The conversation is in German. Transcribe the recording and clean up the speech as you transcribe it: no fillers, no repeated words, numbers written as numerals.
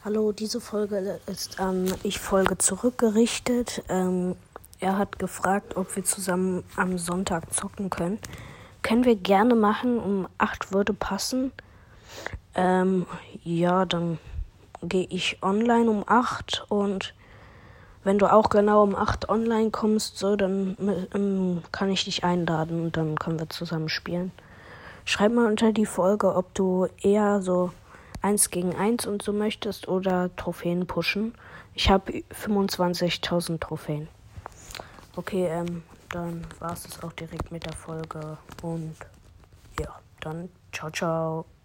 Hallo, diese Folge ist an Ich-Folge zurückgerichtet. Er hat gefragt, ob wir zusammen am Sonntag zocken können. Können wir gerne machen, um 8 würde passen. Ja, dann gehe ich online um 8 und wenn du auch genau um 8 online kommst, so, dann kann ich dich einladen und dann können wir zusammen spielen. Schreib mal unter die Folge, ob du eher so 1 gegen 1 und so möchtest oder Trophäen pushen. Ich habe 25.000 Trophäen. Okay, dann war es auch direkt mit der Folge und ja, dann ciao, ciao.